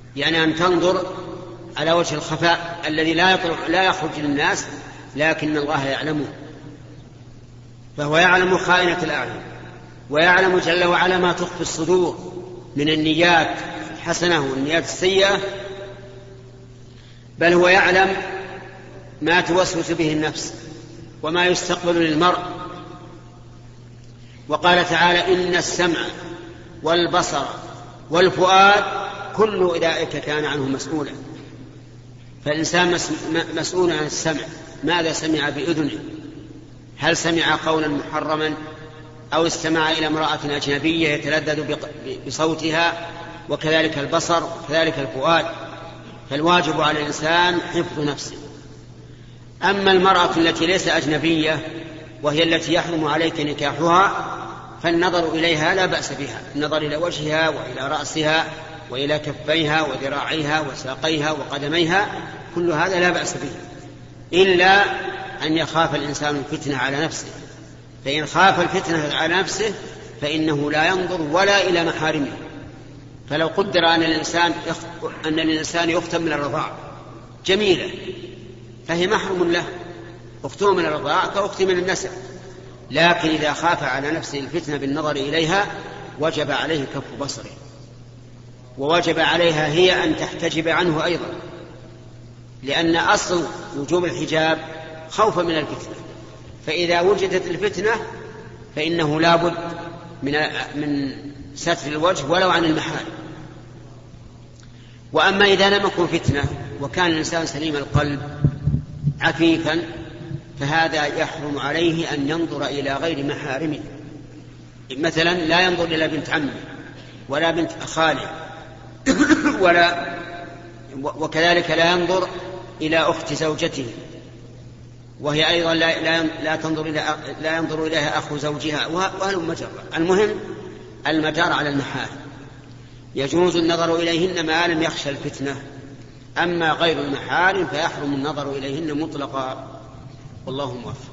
يعني أن تنظر على وجه الخفاء الذي لا يخرج للناس، لكن الله يعلمه، فهو يعلم خائنة الأعين، ويعلم جل وعلا ما تخفي الصدور من النيات الحسنة والنيات السيئة، بل هو يعلم ما توسوس به النفس وما يستقبل للمرء. وقال تعالى: إن السمع والبصر والفؤاد كل أولئك كان عنه مسؤولا. فالإنسان مسؤول عن السمع، ماذا سمع بأذنه؟ هل سمع قولا محرما أو استمع إلى امرأة أجنبية يتلذذ بصوتها؟ وكذلك البصر وكذلك الفؤاد. فالواجب على الإنسان حفظ نفسه. أما المرأة التي ليس أجنبية وهي التي يحرم عليك نكاحها فالنظر إليها لا بأس بها، النظر إلى وجهها وإلى رأسها وإلى كفيها وذراعيها وساقيها وقدميها، كل هذا لا بأس به، إلا أن يخاف الإنسان الفتنة على نفسه. فإن خاف الفتنة على نفسه فإنه لا ينظر ولا إلى محارمه. فلو قدر أن الإنسان يختم من الرضاع جميلة فهي محرم له، أخته من الرضاع كأخت من النسب، لكن إذا خاف على نفسه الفتنة بالنظر إليها وجب عليه كف بصره، ووجب عليها هي أن تحتجب عنه أيضا، لأن أصل وجوب الحجاب خوفا من الفتنة. فإذا وجدت الفتنة فإنه لا بد من ستر الوجه ولو عن المحارم. وأما إذا لم يكن فتنة وكان الإنسان سليم القلب عفيفا فهذا يحرم عليه أن ينظر إلى غير محارمه. مثلا لا ينظر إلى بنت عمه ولا بنت خاله وكذلك لا ينظر إلى أخت زوجته، وهي أيضا لا ينظر إليها أخو زوجها، وهلم مجرى. المهم المدار على المحارم. يجوز النظر إليهن ما لم يخشى الفتنة، أما غير المحارم فيحرم النظر إليهن مطلقا، والله موفق.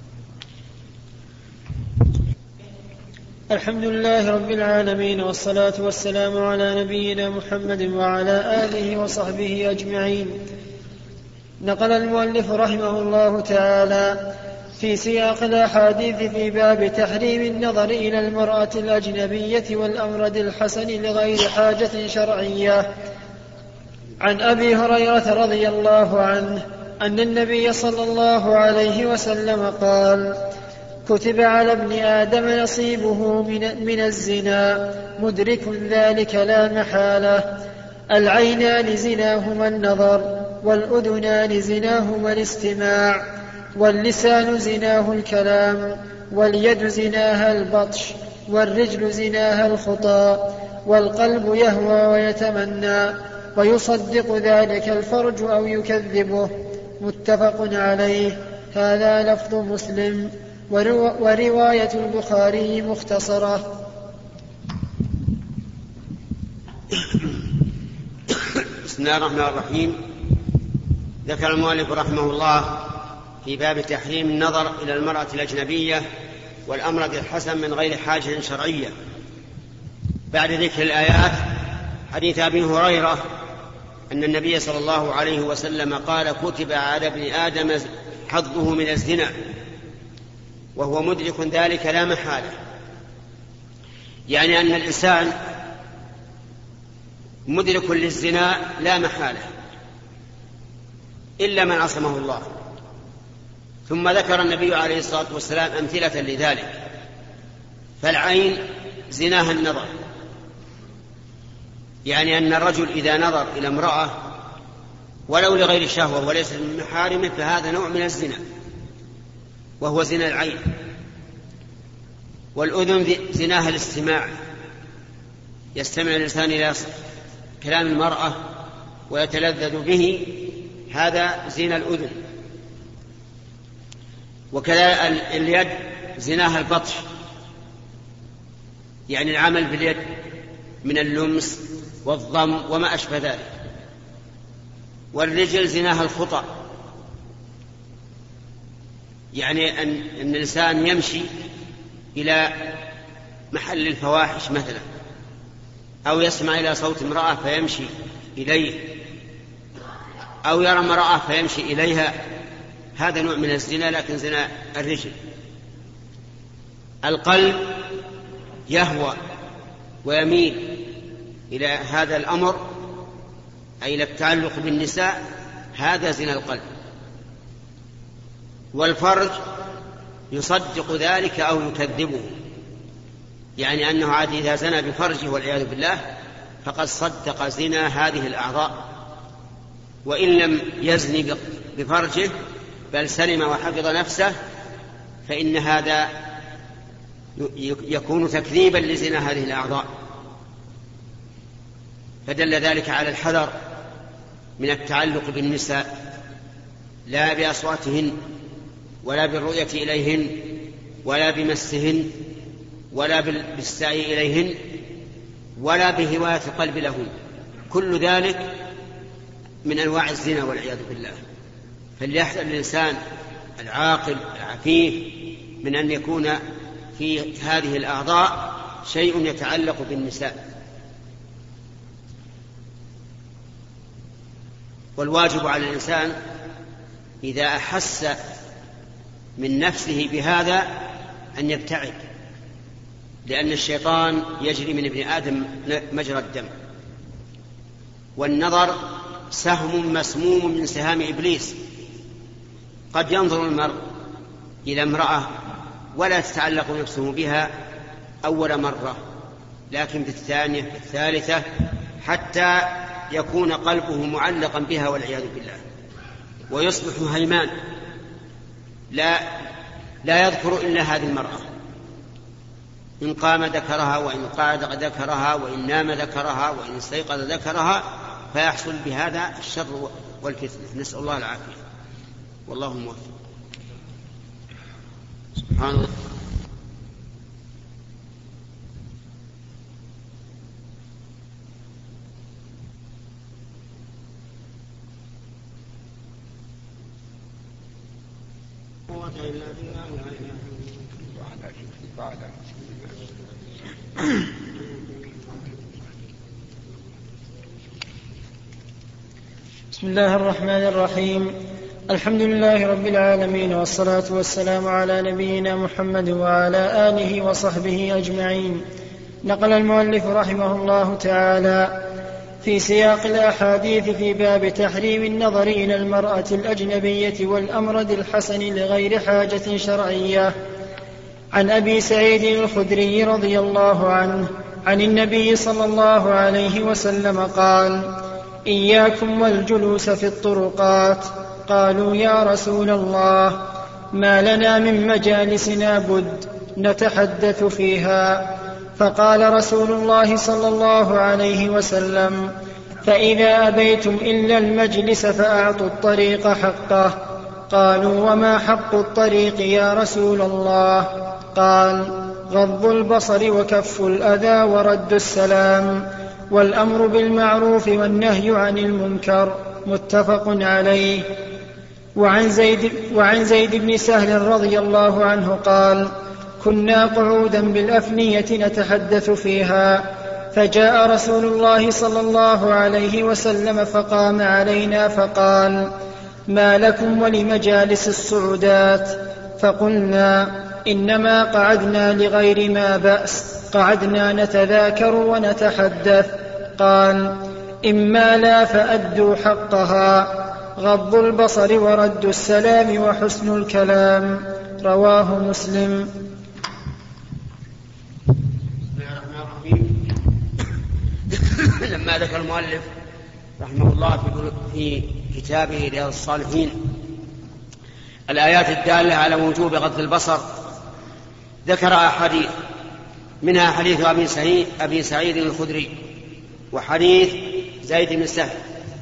الحمد لله رب العالمين، والصلاة والسلام على نبينا محمد وعلى آله وصحبه أجمعين. نقل المؤلف رحمه الله تعالى في سياق الأحاديث في باب تحريم النظر إلى المرأة الأجنبية والأمرد الحسن لغير حاجة شرعية عن أبي هريرة رضي الله عنه أن النبي صلى الله عليه وسلم قال: كتب على ابن آدم نصيبه من الزنا مدرك ذلك لا محالة. العينان زناهما النظر، والأذنان زناهما الاستماع، واللسان زناه الكلام، واليد زناها البطش، والرجل زناها الخطى، والقلب يهوى ويتمنى، ويصدق ذلك الفرج أو يكذبه. متفق عليه. هذا لفظ مسلم، ورواية البخاري مختصرة. بسم الله الرحمن الرحيم. ذكر المؤلف رحمه الله في باب تحريم النظر إلى المرأة الأجنبية والأمرد الحسن من غير حاجة شرعية، بعد ذكر الآيات حديث أبي هريرة أن النبي صلى الله عليه وسلم قال: كتب على ابن آدم حظه من الزنا وهو مدرك ذلك لا محالة. يعني أن الإنسان مدرك للزنا لا محالة إلا من عصمه الله. ثم ذكر النبي عليه الصلاة والسلام أمثلة لذلك. فالعين زناها النظر، يعني أن الرجل إذا نظر إلى امرأة ولو لغير شهوة وليس من محارمه فهذا نوع من الزنا وهو زنا العين. والأذن زناها الاستماع، يستمع الإنسان إلى كلام المرأة ويتلذذ به، هذا زنا الأذن. وكذا اليد زناها البطش، يعني العمل باليد من اللمس والضم وما أشبه ذلك. والرجل زناها الخطأ، يعني أن الإنسان يمشي إلى محل الفواحش مثلا، أو يسمع إلى صوت امرأة فيمشي إليه أو يرى امرأة فيمشي إليها، هذا نوع من الزنا، لكن زنا الرجل. القلب يهوى ويميل إلى هذا الأمر، أي إلى التعلق بالنساء، هذا زنا القلب. والفرج يصدق ذلك أو يكذبه، يعني أنه عاد إذا زنى بفرجه والعياذ بالله فقد صدق زنا هذه الأعضاء، وإن لم يزني بفرجه بل سلم وحفظ نفسه فإن هذا يكون تكذيبا لزنا هذه الأعضاء. فدل ذلك على الحذر من التعلق بالنساء، لا بأصواتهن ولا بالرؤية إليهن ولا بمسهن ولا بالسعي إليهن ولا بهواية القلب لهن، كل ذلك من أنواع الزنا والعياذ بالله. فليحذر الإنسان العاقل العفيف من أن يكون في هذه الأعضاء شيء يتعلق بالنساء. والواجب على الإنسان إذا أحس من نفسه بهذا أن يبتعد، لأن الشيطان يجري من ابن آدم مجرى الدم، والنظر سهم مسموم من سهام إبليس. قد ينظر المرء إلى امرأة ولا تتعلق نفسه بها أول مرة، لكن في الثانية في الثالثة حتى يكون قلبه معلقا بها والعياذ بالله، ويصبح هيمان لا يذكر إلا هذه المرأة، إن قام ذكرها وإن قعد ذكرها وإن نام ذكرها وإن استيقظ ذكرها، فيحصل بهذا الشر والفتنة، نسأل الله العافية، والله موفق. سبحان الله. بسم الله الرحمن الرحيم. الحمد لله رب العالمين، والصلاة والسلام على نبينا محمد وعلى آله وصحبه أجمعين. نقل المؤلف رحمه الله تعالى في سياق الأحاديث في باب تحريم النظر إلى المرأة الأجنبية والأمرد الحسن لغير حاجة شرعية عن أبي سعيد الخدري رضي الله عنه عن النبي صلى الله عليه وسلم قال: إياكم والجلوس في الطرقات. قالوا: يا رسول الله، ما لنا من مجالسنا بد نتحدث فيها. فقال رسول الله صلى الله عليه وسلم: فإذا أبيتم إلا المجلس فأعطوا الطريق حقه. قالوا: وما حق الطريق يا رسول الله؟ قال: غض البصر وكف الأذى ورد السلام والأمر بالمعروف والنهي عن المنكر. متفق عليه. وعن زيد بن سهل رضي الله عنه قال: كنا قعودا بالأفنية نتحدث فيها، فجاء رسول الله صلى الله عليه وسلم فقام علينا فقال: ما لكم ولمجالس الصعودات؟ فقلنا: إنما قعدنا لغير ما بأس، قعدنا نتذاكر ونتحدث. قال: إما لا فأدوا حقها، غض البصر ورد السلام وحسن الكلام. رواه مسلم. لما ذكر المؤلف رحمه الله في كتابه رياض الصالحين الآيات الدالة على وجوب غض البصر، ذكر أحاديث، منها حديث أبي سعيد الخدري وحديث زيد بن سهل.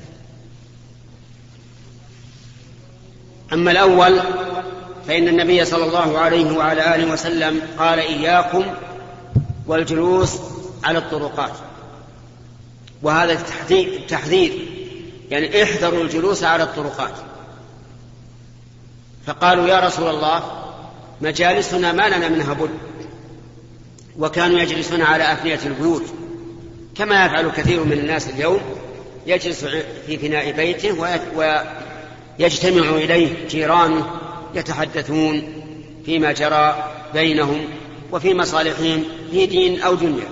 أما الأول فإن النبي صلى الله عليه وعلى آله وسلم قال: إياكم والجلوس على الطرقات، وهذا التحذير، يعني احذروا الجلوس على الطرقات. فقالوا: يا رسول الله، مجالسنا ما لنا منها بد. وكانوا يجلسون على أفنية البيوت كما يفعل كثير من الناس اليوم، يجلس في فناء بيته ويجتمع إليه جيرانه يتحدثون فيما جرى بينهم وفي مصالحهم في دين أو دنيا.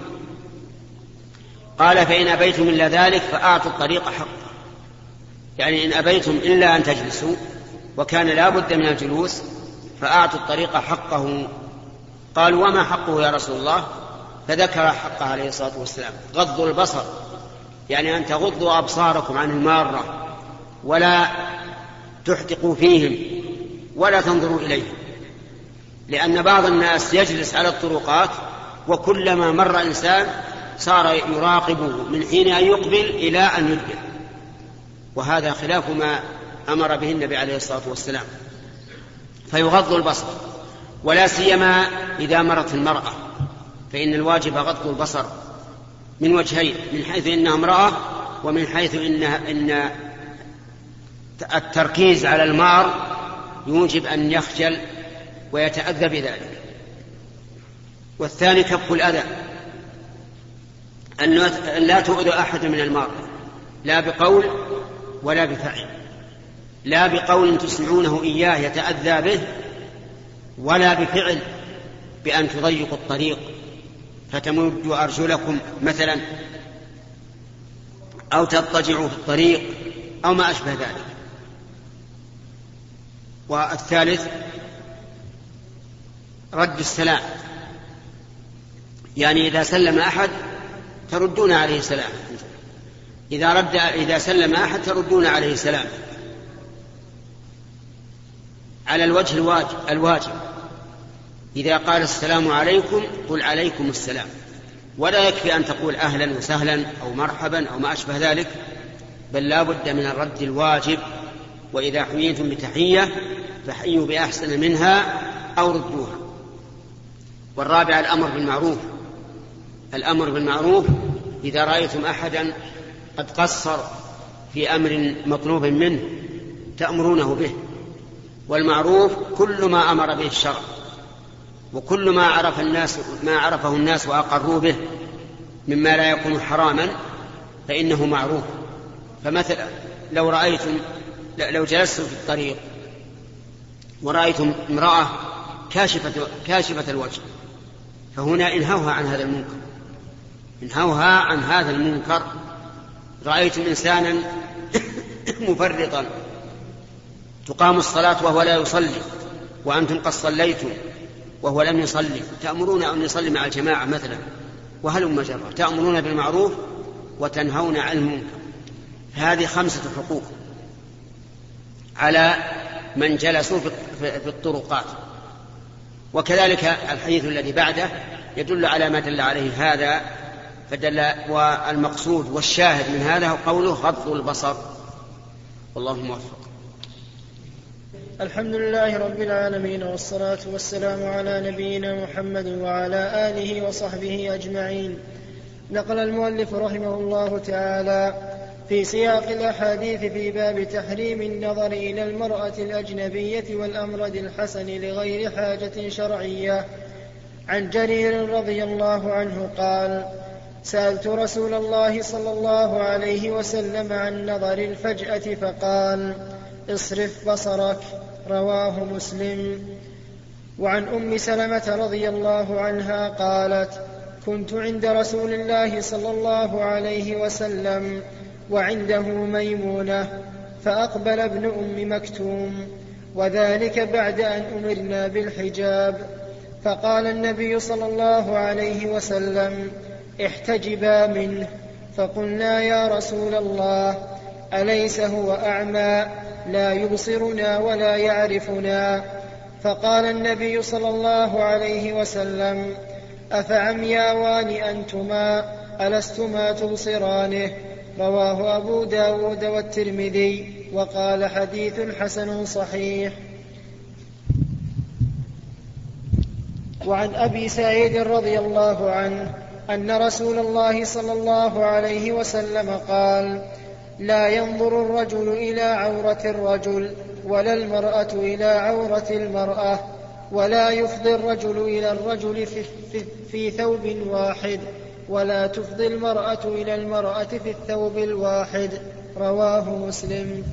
قال فإن أبيتم إلا ذلك فأعطوا الطريق حقه، يعني إن أبيتم إلا أن تجلسوا وكان لا بد من الجلوس فأعطوا الطريق حقه. قالوا وما حقه يا رسول الله؟ فذكر حقه عليه الصلاة والسلام: غض البصر، يعني أن تغضوا أبصاركم عن المارة ولا تحدقوا فيهم ولا تنظروا إليهم، لأن بعض الناس يجلس على الطرقات وكلما مر إنسان صار يراقبه من حين أن يقبل إلى أن يدبر، وهذا خلاف ما أمر به النبي عليه الصلاة والسلام. فيغض البصر، ولا سيما إذا مرت المرأة، فإن الواجب غض البصر من وجهين: من حيث إنها امرأة، ومن حيث إن التركيز على المار يوجب أن يخجل ويتأذى بذلك. والثاني كف الأذى، أن لا تؤذى أحد من المار، لا بقول ولا بفعل، لا بقول تسمعونه إياه يتأذى به، ولا بفعل بأن تضيقوا الطريق فتمدوا أرجلكم مثلا أو تضطجعوا في الطريق أو ما أشبه ذلك. والثالث رد السلام، يعني إذا سلم أحد تردون عليه سلام، إذا سلم أحد تردون عليه سلام على الوجه الواجب. إذا قال السلام عليكم قل عليكم السلام، ولا يكفي أن تقول أهلا وسهلا أو مرحبا أو ما أشبه ذلك، بل لا بد من الرد الواجب. وإذا حييتم بتحية فحيوا بأحسن منها أو ردوها. والرابع الأمر بالمعروف إذا رأيتم أحدا قد قصر في أمر مطلوب منه تأمرونه به. والمعروف كل ما أمر به الشرع، وكل ما عرفه الناس وأقروا به مما لا يكون حراما فإنه معروف. فمثلا لو جلستم في الطريق ورأيتم امرأة كاشفة الوجه، فهنا انهوها عن هذا المنكر. رأيتم إنسانا مفرطا تقام الصلاة وهو لا يصلي وأنتم قد صليتم وهو لم يصلي، تأمرون أن يصلي مع الجماعة مثلا، وهلم جرا، تأمرون بالمعروف وتنهون عن المنكر. هذه 5 حقوق على من جلسوا في الطرقات. وكذلك الحديث الذي بعده يدل على ما دل عليه هذا، والمقصود والشاهد من هذا هو قوله غض البصر. والله موفق. الحمد لله رب العالمين، والصلاة والسلام على نبينا محمد وعلى آله وصحبه أجمعين. نقل المؤلف رحمه الله تعالى في سياق الأحاديث في باب تحريم النظر إلى المرأة الأجنبية والأمرد الحسن لغير حاجة شرعية عن جرير رضي الله عنه قال: سألت رسول الله صلى الله عليه وسلم عن نظر الفجأة فقال: اصرف بصرك. رواه مسلم. وعن أم سلمة رضي الله عنها قالت: كنت عند رسول الله صلى الله عليه وسلم وعنده ميمونة، فأقبل ابن أم مكتوم، وذلك بعد أن أمرنا بالحجاب، فقال النبي صلى الله عليه وسلم: احتجبا منه. فقلنا: يا رسول الله، أليس هو أعمى لا يبصرنا ولا يعرفنا؟ فقال النبي صلى الله عليه وسلم: أفعمياوان أنتما ألستما تبصرانه؟ رواه أبو داود والترمذي، وقال حديث حسن صحيح. وعن أبي سعيد رضي الله عنه أن رسول الله صلى الله عليه وسلم قال: لا ينظر الرجل إلى عورة الرجل ولا المرأة إلى عورة المرأة، ولا يفضي الرجل إلى الرجل في ثوب واحد، ولا تفضي المرأة إلى المرأة في الثوب الواحد. رواه مسلم.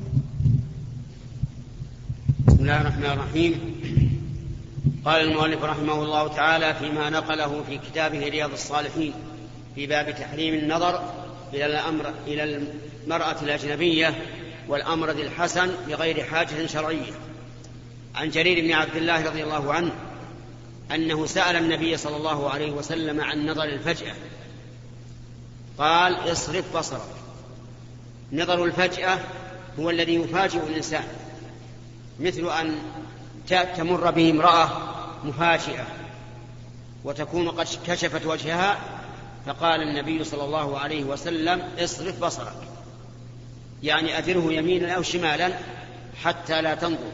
بسم الله الرحمن الرحيم. قال المؤلف رحمه الله تعالى فيما نقله في كتابه رياض الصالحين في باب تحريم النظر إلى المرأة الأجنبية والأمرد الحسن بغير حاجة شرعية، عن جرير بن عبد الله رضي الله عنه أنه سأل النبي صلى الله عليه وسلم عن نظر الفجأة، قال اصرف بصرك. نظر الفجأة هو الذي يفاجئ الإنسان، مثل أن تمر به امرأة مفاجئة وتكون قد كشفت وجهها، فقال النبي صلى الله عليه وسلم اصرف بصرك، يعني أدره يمينا أو شمالا حتى لا تنظر.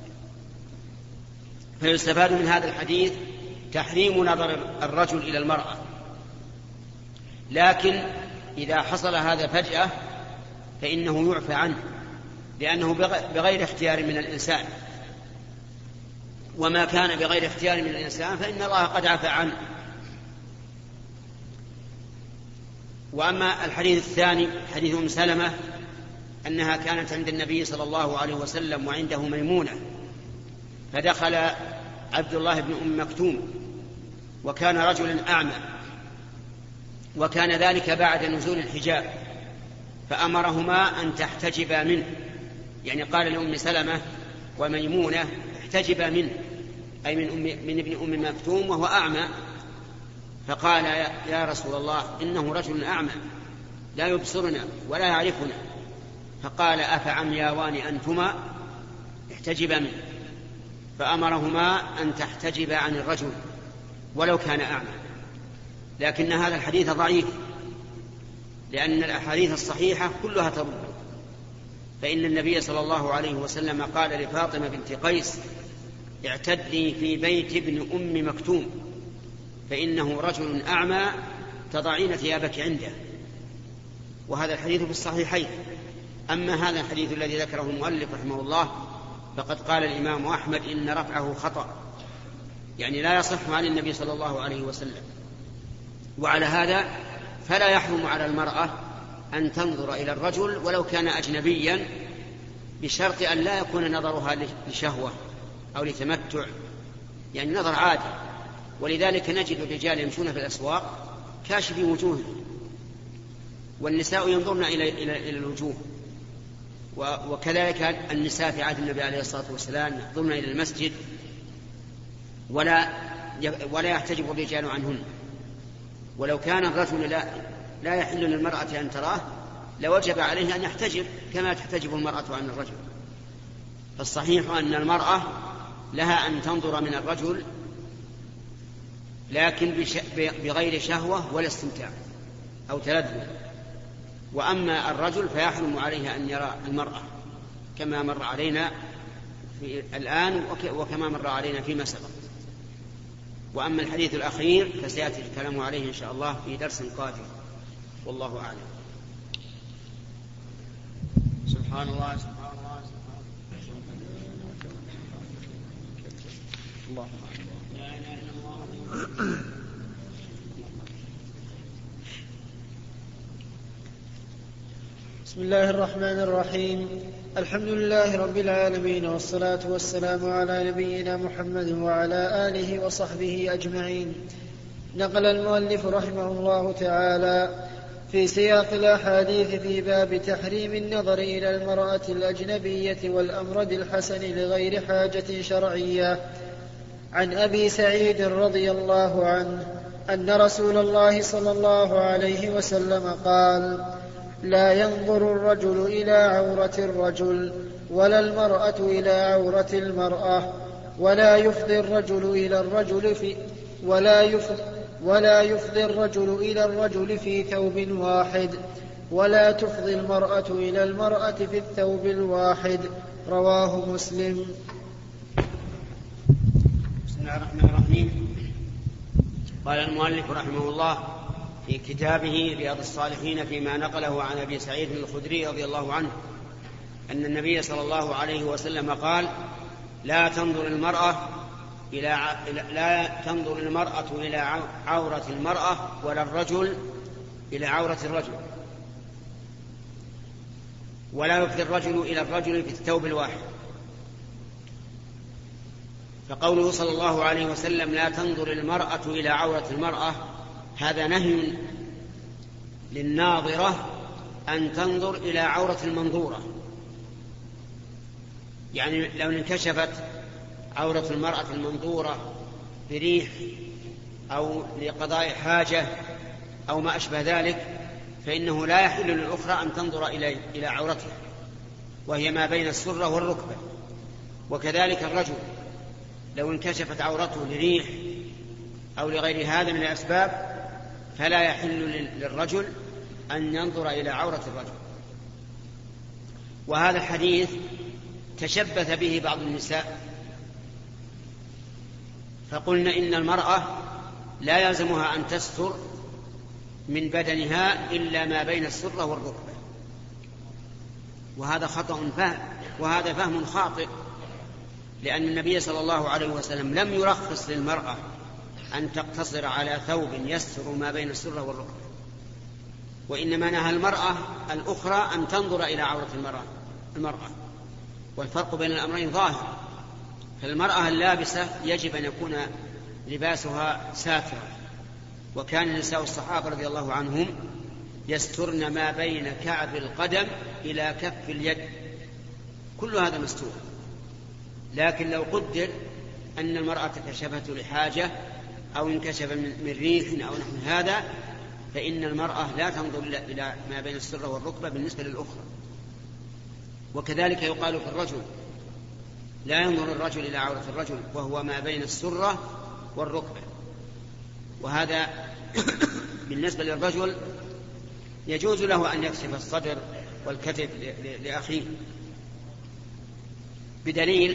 فيستفاد من هذا الحديث تحريم نظر الرجل إلى المرأة، لكن إذا حصل هذا فجأة فإنه يعفى عنه، لأنه بغير اختيار من الإنسان، وما كان بغير اختيار من الإنسان فإن الله قد عفى عنه. وأما الحديث الثاني حديث أم سلمة أنها كانت عند النبي صلى الله عليه وسلم وعنده ميمونة، فدخل عبد الله بن أم مكتوم وكان رجلا أعمى، وكان ذلك بعد نزول الحجاب، فأمرهما أن تحتجبا منه، يعني قال لأم سلمة وميمونة احتجبا منه، أي من ابن أم مكتوم وهو أعمى. فقال يا رسول الله إنه رجل أعمى لا يبصرنا ولا يعرفنا، فقال أفعمياوان أنتما احتجبا منه، فأمرهما أن تحتجبا عن الرجل ولو كان أعمى. لكن هذا الحديث ضعيف، لأن الأحاديث الصحيحة كلها تضر. فإن النبي صلى الله عليه وسلم قال لفاطمة بنت قيس اعتدي في بيت ابن أم مكتوم فإنه رجل أعمى تضعين ثيابك عنده، وهذا الحديث في الصحيحين. أما هذا الحديث الذي ذكره المؤلف رحمه الله فقد قال الإمام أحمد إن رفعه خطأ، يعني لا يصح عن النبي صلى الله عليه وسلم. وعلى هذا فلا يحرم على المرأة أن تنظر إلى الرجل ولو كان أجنبيا، بشرط أن لا يكون نظرها لشهوة أو لتمتع، يعني نظر عادي. ولذلك نجد الرجال يمشون في الأسواق كاشفي وجوههم، والنساء ينظرن إلى الوجوه، وكذلك النساء في عهد النبي عليه الصلاة والسلام يحضرن إلى المسجد ولا يحتجب الرجال عنهن. ولو كان الرجل لا يحل للمرأة أن تراه لوجب عليه أن يحتجب كما تحتجب المرأة عن الرجل. فالصحيح أن المرأة لها أن تنظر من الرجل لكن بغير شهوة ولا استمتاع أو تلذذ. وأما الرجل فيحرم عليه أن يرى المرأة كما مر علينا الآن وكما مر علينا فيما سبق. وأما الحديث الأخير فسيأتي الكلام عليه إن شاء الله في درس قادم، والله أعلم. سبحان الله سبحان الله الله لا إله إلا الله. بسم الله الرحمن الرحيم. الحمد لله رب العالمين، والصلاة والسلام على نبينا محمد وعلى آله وصحبه أجمعين. نقل المؤلف رحمه الله تعالى في سياق الأحاديث في باب تحريم النظر إلى المرأة الأجنبية والأمرد الحسن لغير حاجة شرعية عن أبي سعيد رضي الله عنه أن رسول الله صلى الله عليه وسلم قال: لا ينظر الرجل إلى عورة الرجل ولا المرأة إلى عورة المرأة، ولا يفضي الرجل إلى الرجل في ثوب واحد، ولا تفضي المرأة إلى المرأة في الثوب الواحد. رواه مسلم. بسم الله الرحمن الرحيم. قال المؤلف رحمه الله في كتابه رياض الصالحين فيما نقله عن أبي سعيد الخدري رضي الله عنه أن النبي صلى الله عليه وسلم قال: لا تنظر المرأة لا تنظر المرأة إلى عورة المرأة ولا الرجل إلى عورة الرجل، ولا يفضي الرجل إلى الرجل في الثوب الواحد. فقوله صلى الله عليه وسلم لا تنظر المرأة إلى عورة المرأة، هذا نهي للناظرة أن تنظر إلى عورة المنظورة. يعني لو انكشفت عورة المرأة المنظورة بريح أو لقضاء حاجة أو ما أشبه ذلك، فإنه لا يحل للأخرى أن تنظر إلى عورتها، وهي ما بين السرة والركبة. وكذلك الرجل لو انكشفت عورته لريح أو لغير هذا من الأسباب، فلا يحل للرجل أن ينظر إلى عورة الرجل. وهذا الحديث تشبث به بعض النساء، فقلنا إن المرأة لا يلزمها أن تستر من بدنها إلا ما بين السرة والركبة، وهذا خطأ وهذا فهم خاطئ، لأن النبي صلى الله عليه وسلم لم يرخص للمرأة أن تقتصر على ثوب يستر ما بين السرة والركبة، وإنما نهى المرأة الأخرى أن تنظر إلى عورة المرأة. والفرق بين الأمرين ظاهر. فالمرأة اللابسة يجب أن يكون لباسها ساترا، وكان نساء الصحابة رضي الله عنهم يسترن ما بين كعب القدم إلى كف اليد، كل هذا مستور. لكن لو قدر أن المرأة كشفت لحاجة أو انكشف من ريح أو نحو هذا، فإن المرأة لا تنظر إلى ما بين السرة والركبة بالنسبة للأخرى. وكذلك يقال في الرجل لا ينظر الرجل إلى عورة الرجل وهو ما بين السرة والركبة. وهذا بالنسبة للرجل يجوز له أن يكشف الصدر والكتف لأخيه، بدليل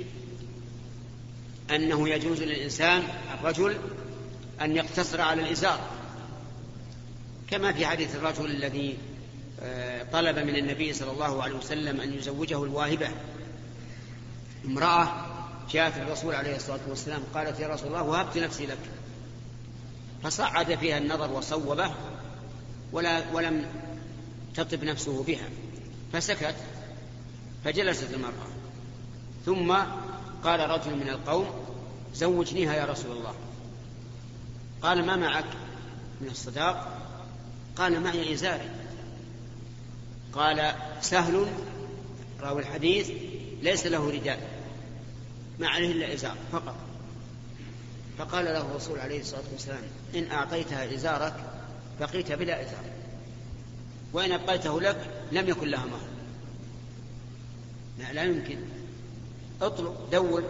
أنه يجوز للإنسان الرجل أن يقتصر على الإزار، كما في حديث الرجل الذي طلب من النبي صلى الله عليه وسلم أن يزوجه الواهبة. امرأة جاءت الرسول عليه الصلاة والسلام قالت يا رسول الله وهبت نفسي لك، فصعد فيها النظر وصوبه ولم تطب نفسه بها، فسكت، فجلست المرأة. ثم قال رجل من القوم زوجنيها يا رسول الله. قال ما معك من الصداق؟ قال معي إزاري. قال سهل راوي الحديث ليس له رداء، ما عليه إلا إزار فقط. فقال له الرسول عليه الصلاة والسلام إن أعطيتها إزارك بقيت بلا إزار، وإن أبقيته لك لم يكن لها مهر. لا يمكن، اطلب دور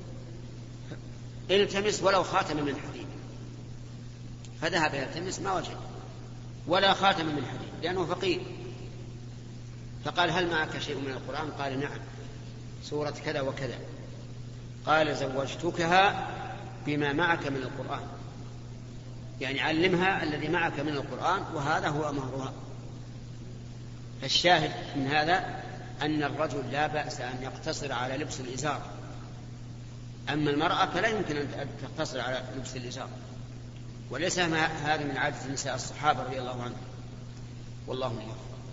التمس ولو خاتم من حديد. فذهب يلتمس ما وجد ولا خاتم من حديد لأنه فقير. فقال هل معك شيء من القرآن؟ قال نعم، سورة كذا وكذا. قال زوجتكها بما معك من القرآن، يعني علمها الذي معك من القرآن وهذا هو مهرها. فالشاهد من هذا أن الرجل لا بأس أن يقتصر على لبس الإزار، أما المرأة فلا يمكن أن تقتصر على لبس الإزار. وليس هذا من عادة نساء الصحابة رضي الله عنهم، والله أعلم.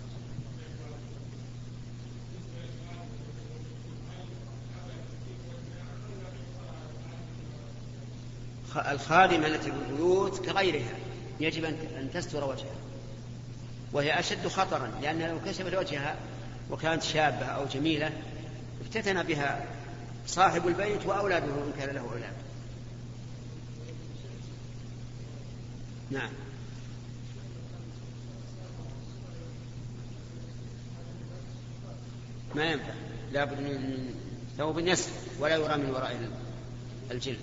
الخادمة التي في البيوت كغيرها يجب أن تستر وجهها، وهي أشد خطرا، لأن لو كشفت وجهها وكانت شابة أو جميلة افتتن بها صاحب البيت وأولاده إن كان له أولاد. نعم. ما ينفع، لا بد من ثوب يسر ولا يرى من وراء الجلد.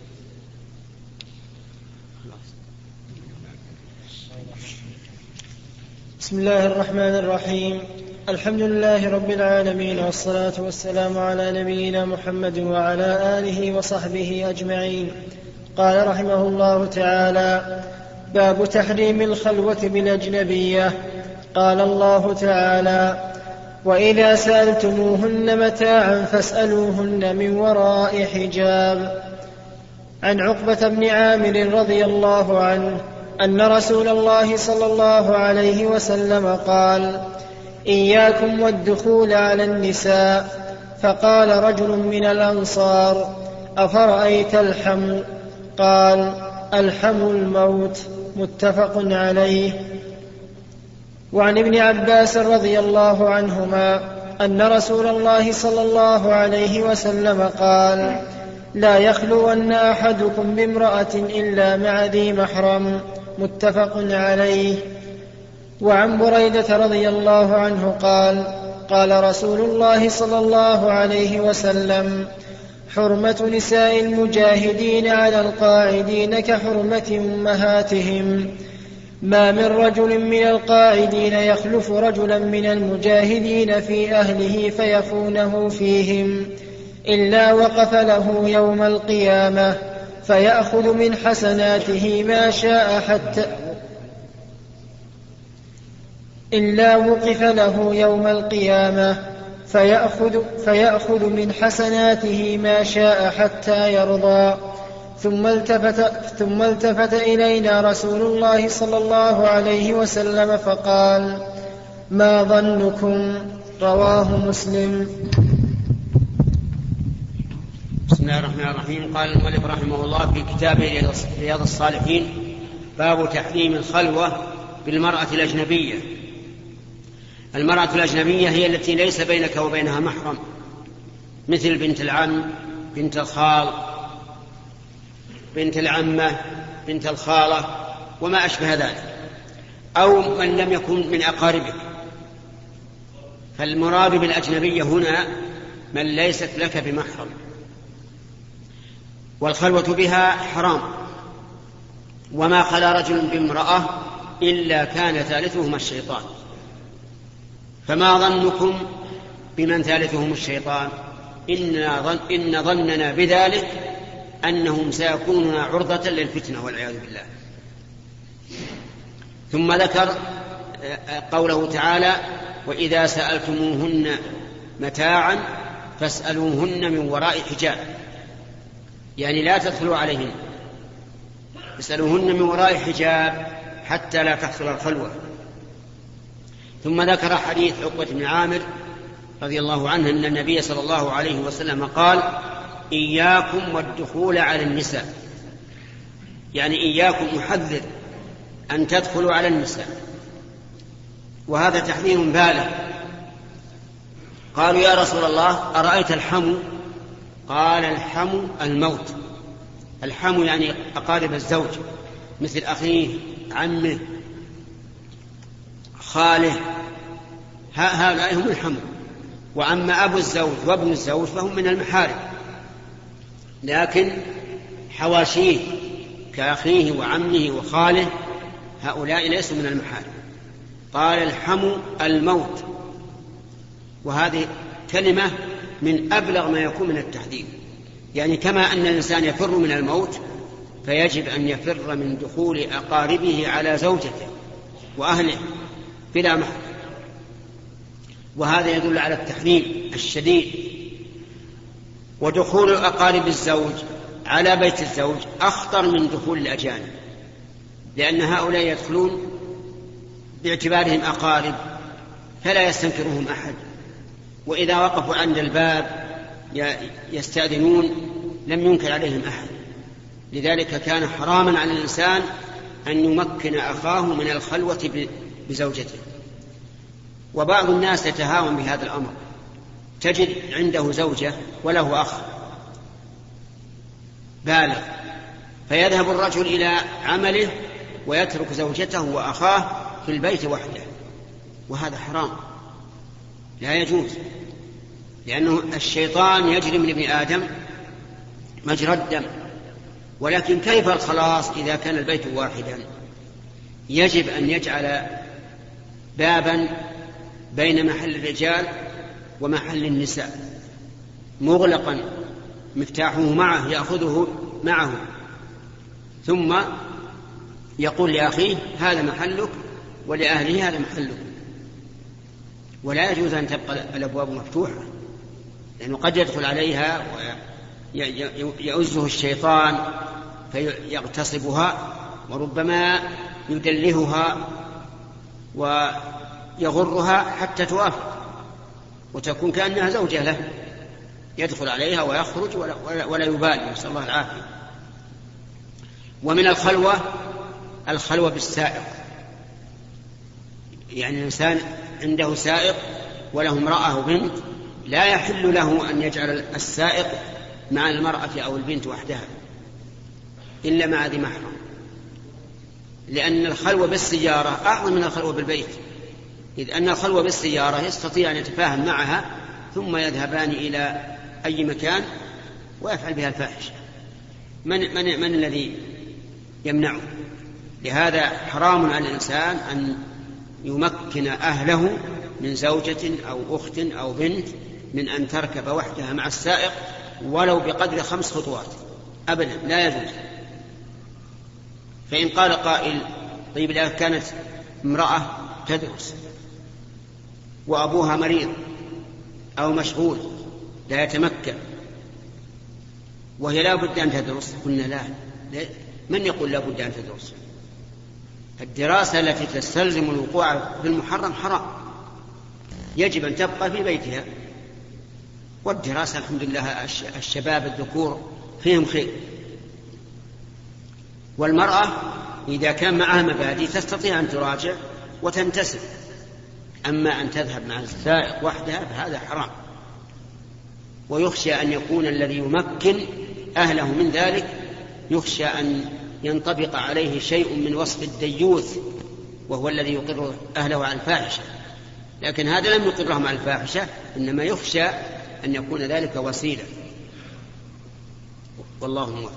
بسم الله الرحمن الرحيم. الحمد لله رب العالمين، والصلاة والسلام على نبينا محمد وعلى آله وصحبه أجمعين. قال رحمه الله تعالى: باب تحريم الخلوة بالأجنبية. قال الله تعالى: وإذا سألتموهن متاعا فاسألوهن من وراء حجاب. عن عقبة بن عامر رضي الله عنه أن رسول الله صلى الله عليه وسلم قال: إياكم والدخول على النساء. فقال رجل من الأنصار: أفرأيت الحمل؟ قال: الحمل الموت. متفق عليه. وعن ابن عباس رضي الله عنهما أن رسول الله صلى الله عليه وسلم قال: لا يخلون أحدكم بامرأة إلا مع ذي محرم. متفق عليه. وعن بريدة رضي الله عنه قال: قال رسول الله صلى الله عليه وسلم: حرمة نساء المجاهدين على القاعدين كحرمة أمهاتهم. ما من رجل من القاعدين يخلف رجلا من المجاهدين في أهله فيخونه فيهم إلا وقف له يوم القيامة فيأخذ من حسناته ما شاء حتى إلا وقف له يوم القيامة فيأخذ من حسناته ما شاء حتى يرضى. ثم التفت إلينا رسول الله صلى الله عليه وسلم فقال: ما ظنكم؟ رواه مسلم. بسم الله الرحمن الرحيم. قال المؤلف رحمه الله في كتابه رياض الصالحين: باب تحريم الخلوة بالمرأة الأجنبية. المرأة الأجنبية هي التي ليس بينك وبينها محرم، مثل بنت العم، بنت الخال، بنت العمة، بنت الخالة، وما أشبه ذلك، أو من لم يكن من أقاربك. فالمراد بالأجنبية هنا من ليست لك بمحرم، والخلوة بها حرام. وما خلا رجل بامرأة إلا كان ثالثهما الشيطان. فما ظنكم بمن ثالثهم الشيطان؟ إن ظننا بذلك أنهم سيكونون عرضة للفتنة والعياذ بالله. ثم ذكر قوله تعالى: وإذا سألتموهن متاعا فاسألوهن من وراء حجاب، يعني لا تدخلوا عليهن، اسألوهن من وراء حجاب حتى لا تحصل الخلوة. ثم ذكر حديث عقبة بن عامر رضي الله عنه أن النبي صلى الله عليه وسلم قال: إياكم والدخول على النساء، يعني إياكم، محذر أن تدخلوا على النساء. وهذا تحذير بالغ. قالوا: يا رسول الله أرأيت الحمو؟ قال: الحمو الموت. الحمو يعني أقارب الزوج، مثل أخيه، عمه، خاله، هؤلاء هم الحمو. وأما أبو الزوج وابن الزوج فهم من المحارم، لكن حواشيه كأخيه وعمه وخاله هؤلاء ليسوا من المحارم. قال: الحمو الموت. وهذه كلمة من أبلغ ما يكون من التحذير، يعني كما أن الإنسان يفر من الموت فيجب أن يفر من دخول أقاربه على زوجته وأهله بلا محرم. وهذا يدل على التحريم الشديد. ودخول أقارب الزوج على بيت الزوج أخطر من دخول الأجانب، لأن هؤلاء يدخلون باعتبارهم أقارب فلا يستنكرهم أحد، وإذا وقفوا عند الباب يستأذنون لم ينكر عليهم أحد. لذلك كان حراما على الإنسان أن يمكن أخاه من الخلوة بزوجته. وبعض الناس يتهاون بهذا الأمر، تجد عنده زوجة وله أخ بالغ، فيذهب الرجل إلى عمله ويترك زوجته وأخاه في البيت وحده، وهذا حرام لا يجوز، لأنه الشيطان يجري من ابن آدم مجرى الدم. ولكن كيف الخلاص إذا كان البيت واحدا؟ يجب أن يجعل بابا بين محل الرجال ومحل النساء مغلقا مفتاحه معه يأخذه معه، ثم يقول لأخيه: هذا محلك، ولأهله: هذا محلك. ولا يجوز أن تبقى الأبواب مفتوحة، لأنه قد يدخل عليها يؤزه الشيطان فيغتصبها، وربما يدلهها ويغرها حتى توافق وتكون كأنها زوجة له، يدخل عليها ويخرج ولا يبالي، نسأل الله العافية. ومن الخلوة بالسائق، يعني الإنسان عنده سائق وله امرأة وبنت، لا يحل له أن يجعل السائق مع المرأة أو البنت وحدها إلا مع ذي محرم، لأن الخلوة بالسيارة أعظم من الخلوة بالبيت، إذ أن الخلوة بالسيارة يستطيع أن يتفاهم معها ثم يذهبان إلى أي مكان ويفعل بها الفاحشة. من الذي يمنعه؟ لهذا حرام على الإنسان أن يمكن أهله من زوجة أو أخت أو بنت من أن تركب وحدها مع السائق ولو بقدر 5 خطوات أبدا، لا يجوز. فإن قال قائل: طيب إذا كانت امرأة تدرس وأبوها مريض أو مشغول لا يتمكن وهي لا بد أن تدرس، قلنا لا. من يقول لا بد أن تدرس؟ الدراسة التي تستلزم الوقوع في المحرم حرام، يجب أن تبقى في بيتها. والدراسة الحمد لله الشباب الذكور فيهم خير. والمرأة إذا كان معها مبادئ تستطيع أن تراجع وتنتسب، أما أن تذهب مع السائق وحدها فهذا حرام. ويخشى أن يكون الذي يمكن أهله من ذلك يخشى أن ينطبق عليه شيء من وصف الديوث، وهو الذي يقر أهله على الفاحشة، لكن هذا لم يقرهم على الفاحشة، إنما يخشى أن يكون ذلك وسيلة. والله موفق.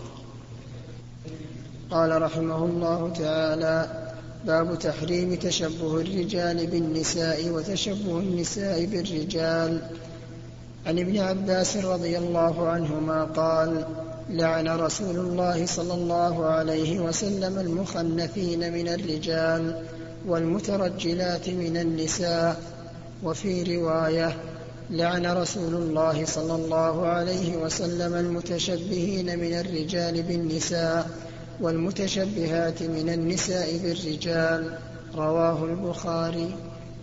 قال رحمه الله تعالى: باب تحريم تشبه الرجال بالنساء وتشبه النساء بالرجال. عن ابن عباس رضي الله عنهما قال: لعن رسول الله صلى الله عليه وسلم المخنثين من الرجال والمترجلات من النساء. وفي رواية: لعن رسول الله صلى الله عليه وسلم المتشبهين من الرجال بالنساء والمتشبهات من النساء بالرجال. رواه البخاري.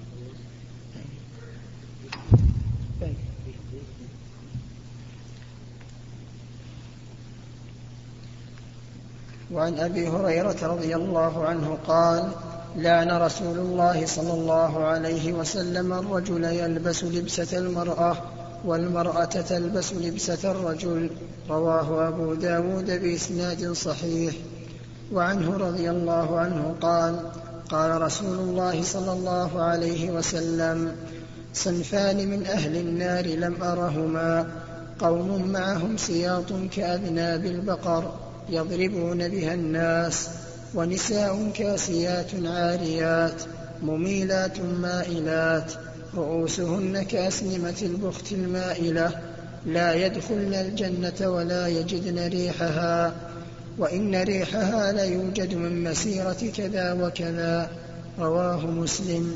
وعن أبي هريرة رضي الله عنه قال: لعن رسول الله صلى الله عليه وسلم الرجل يلبس لبسة المرأة والمرأة تلبس لبسة الرجل. رواه أبو داود بإسناد صحيح. وعنه رضي الله عنه قال: قال رسول الله صلى الله عليه وسلم: صنفان من أهل النار لم أرهما: قوم معهم سياط كأذناب البقر يضربون بها الناس، ونساء كاسيات عاريات مميلات مائلات رؤوسهن كأسنمة البخت المائلة لا يدخلن الجنة ولا يجدن ريحها، وإن ريحها ليوجد من مسيرة كذا وكذا. رواه مسلم.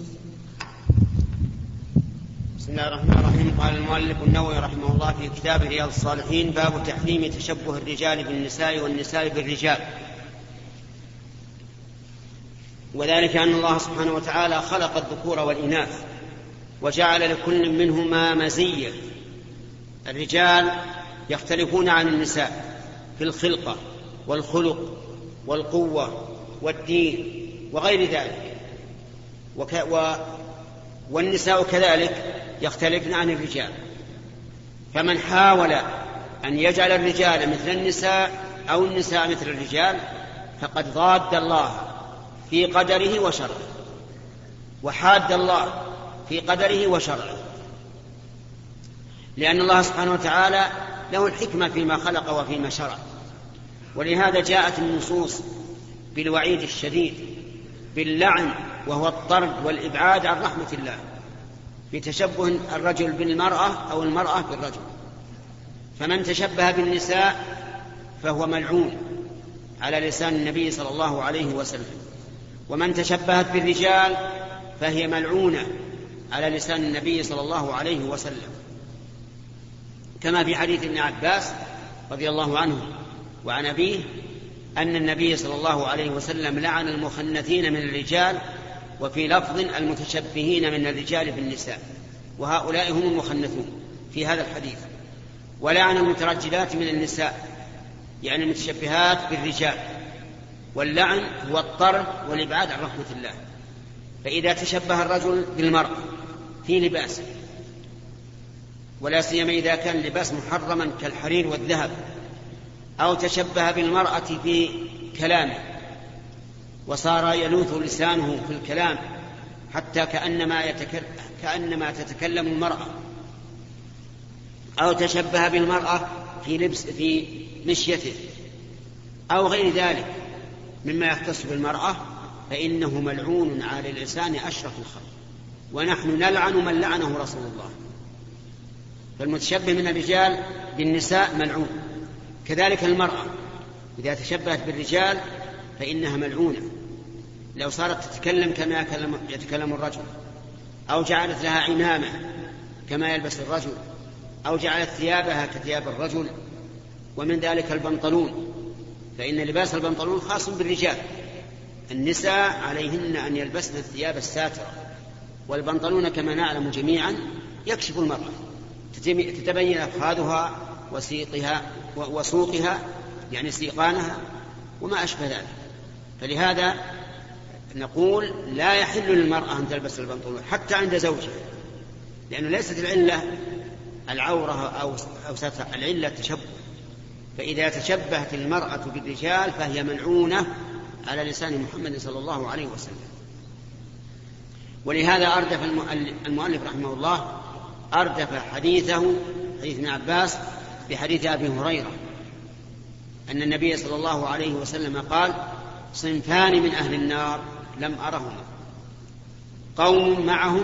بسم الله الرحمن الرحيم. قال المؤلف النووي رحمه الله في كتاب رياض الصالحين: باب تحريم تشبه الرجال بالنساء والنساء بالرجال. وذلك أن الله سبحانه وتعالى خلق الذكور والإناث وجعل لكل منهما مزية. الرجال يختلفون عن النساء في الخلقة والخلق والقوة والدين وغير ذلك، والنساء كذلك يختلفن عن الرجال. فمن حاول أن يجعل الرجال مثل النساء أو النساء مثل الرجال فقد ضاد الله في قدره وشرعه، وحاد الله في قدره وشرعه، لأن الله سبحانه وتعالى له الحكمة فيما خلق وفيما شرع. ولهذا جاءت النصوص بالوعيد الشديد باللعن، وهو الطرد والإبعاد عن رحمة الله، بتشبه الرجل بالمرأة أو المرأة بالرجل. فمن تشبه بالنساء فهو ملعون على لسان النبي صلى الله عليه وسلم، ومن تشبهت بالرجال فهي ملعونة على لسان النبي صلى الله عليه وسلم، كما في حديث ابن عباس رضي الله عنه وعن أبيه أن النبي صلى الله عليه وسلم لعن المخنثين من الرجال، وفي لفظ المتشبهين من الرجال بالنساء، وهؤلاء هم المخنثون في هذا الحديث. ولعن المترجلات من النساء، يعني المتشبهات بالرجال. واللعن هو الطرد والإبعاد عن رحمة الله. فإذا تشبه الرجل بالمرأة في لباس، ولا سيما إذا كان لباس محرما كالحرير والذهب، أو تشبه بالمرأة في كلامه وصار يلوث لسانه في الكلام حتى كأنما تتكلم المرأة، أو تشبه بالمرأة في مشيته أو غير ذلك مما يختص بالمرأة، فإنه ملعون على الإنسان أشرف الخلق، ونحن نلعن من لعنه رسول الله. فالمتشبه من الرجال بالنساء ملعون، كذلك المرأة إذا تشبهت بالرجال فإنها ملعونة. لو صارت تتكلم كما يتكلم الرجل، أو جعلت لها عمامة كما يلبس الرجل، أو جعلت ثيابها كثياب الرجل. ومن ذلك البنطلون، فإن لباس البنطلون خاص بالرجال، النساء عليهن أن يلبسن الثياب الساترة، والبنطلون كما نعلم جميعا يكشف المرأة، تتبين أفخاذها وسوقها يعني سيقانها وما أشبه ذلك. فلهذا نقول لا يحل للمرأة أن تلبس البنطلون حتى عند زوجها، لأنه ليست العلة العورة أو ستر، العلة التشبه. فإذا تشبهت المرأة بالرجال فهي ملعونة على لسان محمد صلى الله عليه وسلم. ولهذا أردف المؤلف رحمه الله أردف حديثه حديث ابن عباس بحديث أبي هريرة أن النبي صلى الله عليه وسلم قال: صنفان من أهل النار لم أرهما، قوم معهم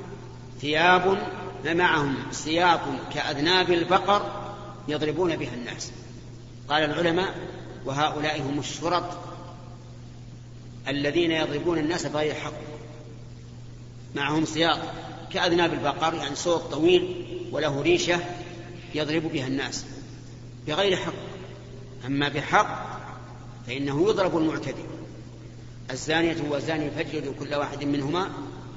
سياط كأذناب البقر يضربون بها الناس. قال العلماء: وهؤلاء هم الشرط الذين يضربون الناس بغير حق. معهم سياط كأذناب البقر، يعني صوت طويل وله ريشة يضرب بها الناس بغير حق. أما بحق فإنه يضرب المعتدي. الزانية والزاني فاجلدوا كل واحد منهما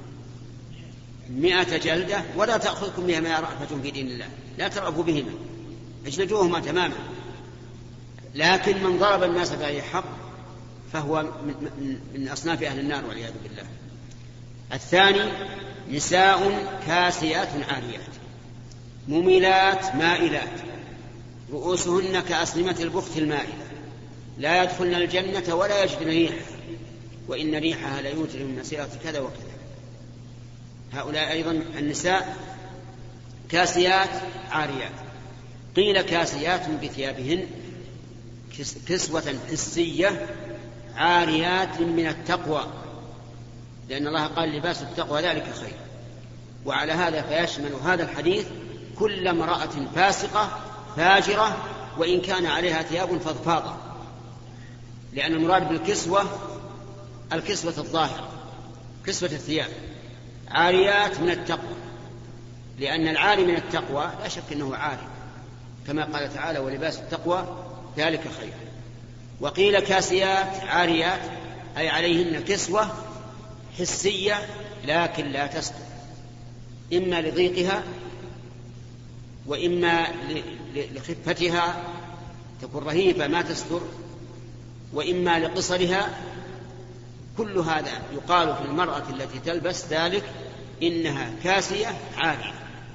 100 جلدة ولا تأخذكم بهما رأفة في دين الله، لا ترأفوا بهما، اجلدوهما تماما. لكن من ضرب الناس بغير حق فهو من أصناف أهل النار والعياذ بالله. الثاني: نساء كاسيات عاريات مميلات مائلات رؤوسهن كأسنمة البخت المائلة لا يدخلن الجنة ولا يجدن ريحها وإن ريحها ليوجد من مسيرة كذا وكذا. هؤلاء أيضا النساء كاسيات عاريات. قيل كاسيات بثيابهن كسوة حسية عاريات من التقوى، لأن الله قال: لباس التقوى ذلك خير. وعلى هذا فيشمل هذا الحديث كل امرأة فاسقة فاجرة وإن كان عليها ثياب فضفاضة، لأن المراد بالكسوة الكسوة الظاهرة، كسوة الثياب. عاريات من التقوى، لأن العاري من التقوى لا شك أنه عاري، كما قال تعالى: ولباس التقوى ذلك خير. وقيل كاسيات عاريات أي عليهن كسوة حسية لكن لا تستر، إما لضيقها وإما لخفتها تكون رهيبة ما تستر، وإما لقصرها. كل هذا يقال في المرأة التي تلبس ذلك إنها كاسية عارية.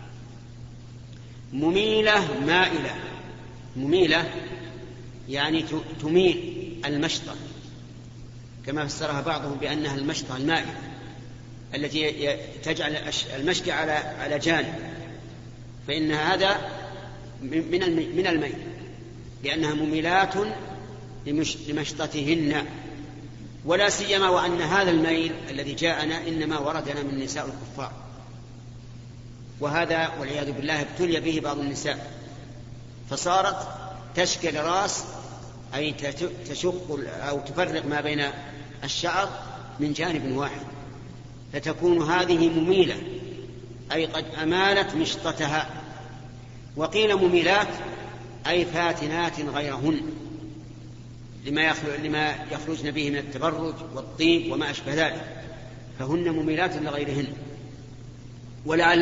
مميلة مائلة، مميلة يعني تميل المشطة، كما فسرها بعضهم بأنها المشطة المائلة التي تجعل المشط على جانب، فإن هذا من الميل، لأنها مميلات لمشطتهن. ولا سيما وأن هذا الميل الذي جاءنا إنما وردنا من نساء الكفار، وهذا والعياذ بالله ابتلي به بعض النساء، فصارت تشكل راس أي تشق أو تفرق ما بين الشعر من جانب واحد، فتكون هذه مميلة أي قد أمالت مشطتها. وقيل مميلات أي فاتنات غيرهن لما يخرجن به من التبرج والطيب وما أشبه ذلك، فهن مميلات لغيرهن. ولعل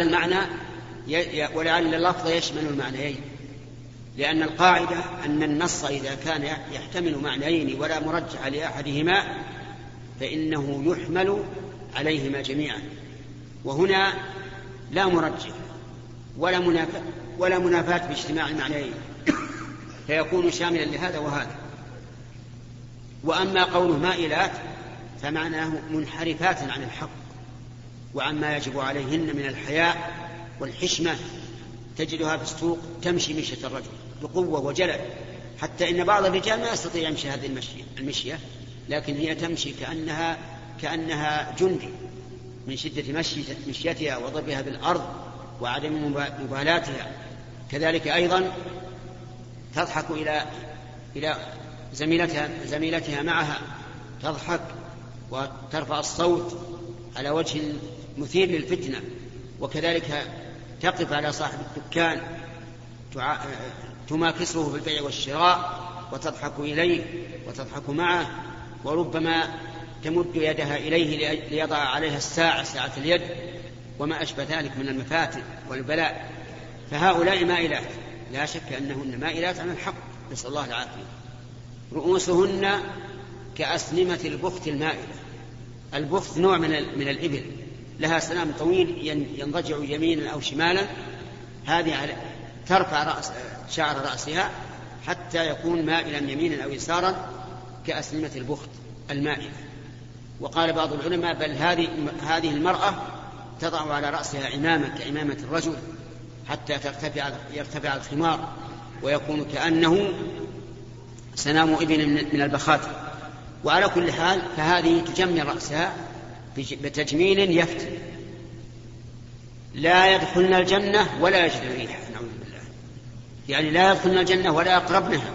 اللفظ يشمل المعنيين، لأن القاعدة أن النص إذا كان يحتمل معنيين ولا مرجح لأحدهما فإنه يحمل عليهما جميعا، وهنا لا مرجح ولا منافاة باجتماع المعنيين، فيكون شاملا لهذا وهذا. وأما قوله مائلات فمعناه منحرفات عن الحق وعما يجب عليهن من الحياء والحشمة. تجدها في السوق تمشي مشية الرجل بقوة وجلد، حتى إن بعض الرجال ما يستطيع يمشي هذه المشية، لكن هي تمشي كأنها جندي من شدة مشيتها وضربها بالأرض وعدم مبالاتها. كذلك أيضا تضحك إلى زميلتها معها، تضحك وترفع الصوت على وجه مثير للفتنة. وكذلك تقف على صاحب الدكان تماكسه في البيع والشراء وتضحك إليه وتضحك معه، وربما تمد يدها إليه ليضع عليها ساعة اليد وما أشبه ذلك من المفاتن والبلاء. فهؤلاء مائلات، لا شك أنهن مائلات عن الحق، نسأل الله العافية. رؤوسهن كأسنمة البخت المائلة. البخت نوع من الإبل، لها سنام طويل ينضجع يمينا أو شمالا، هذه ترفع شعر رأسها حتى يكون مائلا يمينا أو يسارا كأسنمة البخت المائلة. وقال بعض العلماء بل هذه المرأة تضع على رأسها عمامة كعمامة الرجل حتى يرتفع الخمار ويكون كأنه سنام ابن من البخاتم. وعلى كل حال فهذه تجمل رأسها بتجميل يفتن. لا يدخلن الجنة ولا يجدن ريحها، نعوذ بالله، يعني لا يدخلن الجنة ولا يقربنها،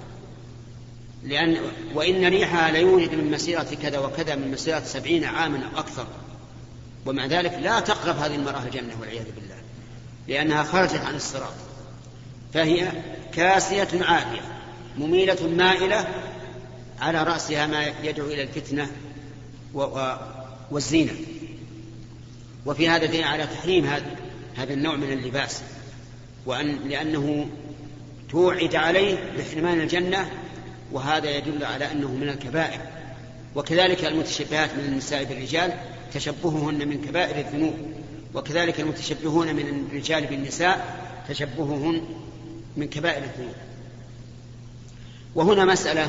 وإن ريحها ليوجد من مسيرة كذا وكذا، من مسيرة 70 عاما أو أكثر، ومع ذلك لا تقرب هذه المرأة الجنة والعياذ بالله، لأنها خرجت عن الصراط. فهي كاسية عارية مميلة مائلة، على رأسها ما يدعو إلى الفتنة والزينة. وفي هذا دليل على تحريم هذا النوع من اللباس، لأنه توعد عليه بحرمان الجنة، وهذا يدل على أنه من الكبائر. وكذلك المتشبهات من النساء بالرجال تشبههن من كبائر الذنوب، وكذلك المتشبهون من الرجال بالنساء تشبههن من كبائر الذنوب. وهنا مسألة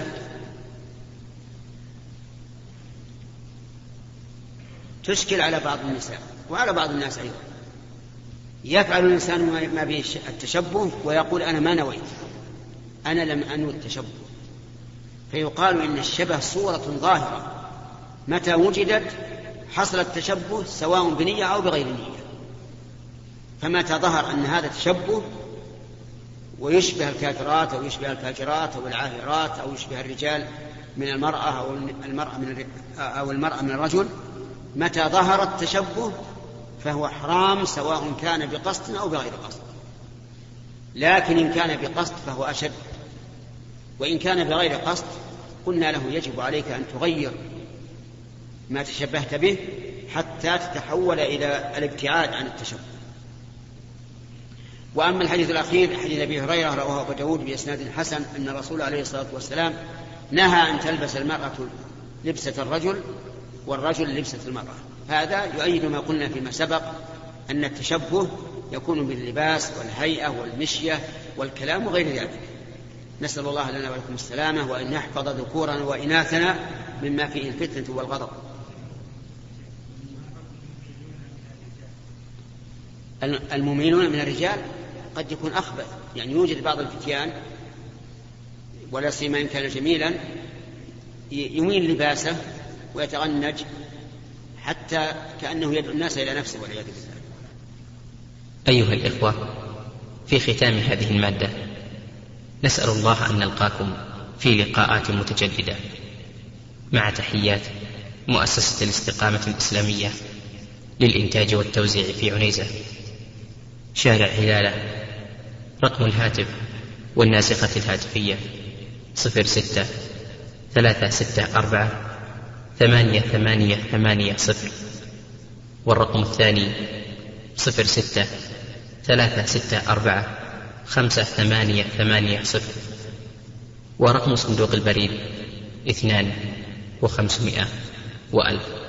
تشكل على بعض النساء وعلى بعض الناس أيضا. يفعل الإنسان ما به التشبه ويقول أنا ما نويت، أنا لم أنوي التشبه، فيقال إن الشبه صورة ظاهرة متى وجدت حصل التشبه سواء بنية أو بغير نية. فمتى ظهر أن هذا تشبه ويشبه الكافرات أو يشبه الفاجرات أو العاهرات أو يشبه الرجال من المرأة أو المرأة من الرجل، متى ظهر التشبه فهو حرام سواء كان بقصد أو بغير قصد. لكن إن كان بقصد فهو أشد، وإن كان بغير قصد قلنا له يجب عليك أن تغير ما تشبهت به حتى تتحول إلى الابتعاد عن التشبه. وأما الحديث الأخير حديث أبي هريرة رواه أبو داود بإسناد حسن أن الرسول عليه الصلاة والسلام نهى أن تلبس المرأة لبسة الرجل والرجل لبسة المرأة. هذا يؤيد ما قلنا فيما سبق أن التشبه يكون باللباس والهيئة والمشية والكلام وغير ذلك. نسأل الله لنا ولكم السلامة، وأن يحفظ ذكورنا وإناثنا مما فيه الفتنة والغضب. المؤمنون من الرجال قد يكون أخبث، يعني يوجد بعض الفتيان ولا سيما إن كان جميلا يميل لباسه ويتغنج حتى كأنه يدعو الناس إلى نفسه والعياذ بالله. أيها الإخوة، في ختام هذه المادة نسأل الله أن نلقاكم في لقاءات متجددة، مع تحيات مؤسسة الاستقامة الإسلامية للإنتاج والتوزيع في عنيزة، شارع هلالة، رقم الهاتف والناسخة الهاتفية 06 364 8880. والرقم الثاني 06 364 5880. ورقم صندوق البريد 2 و500 و1000.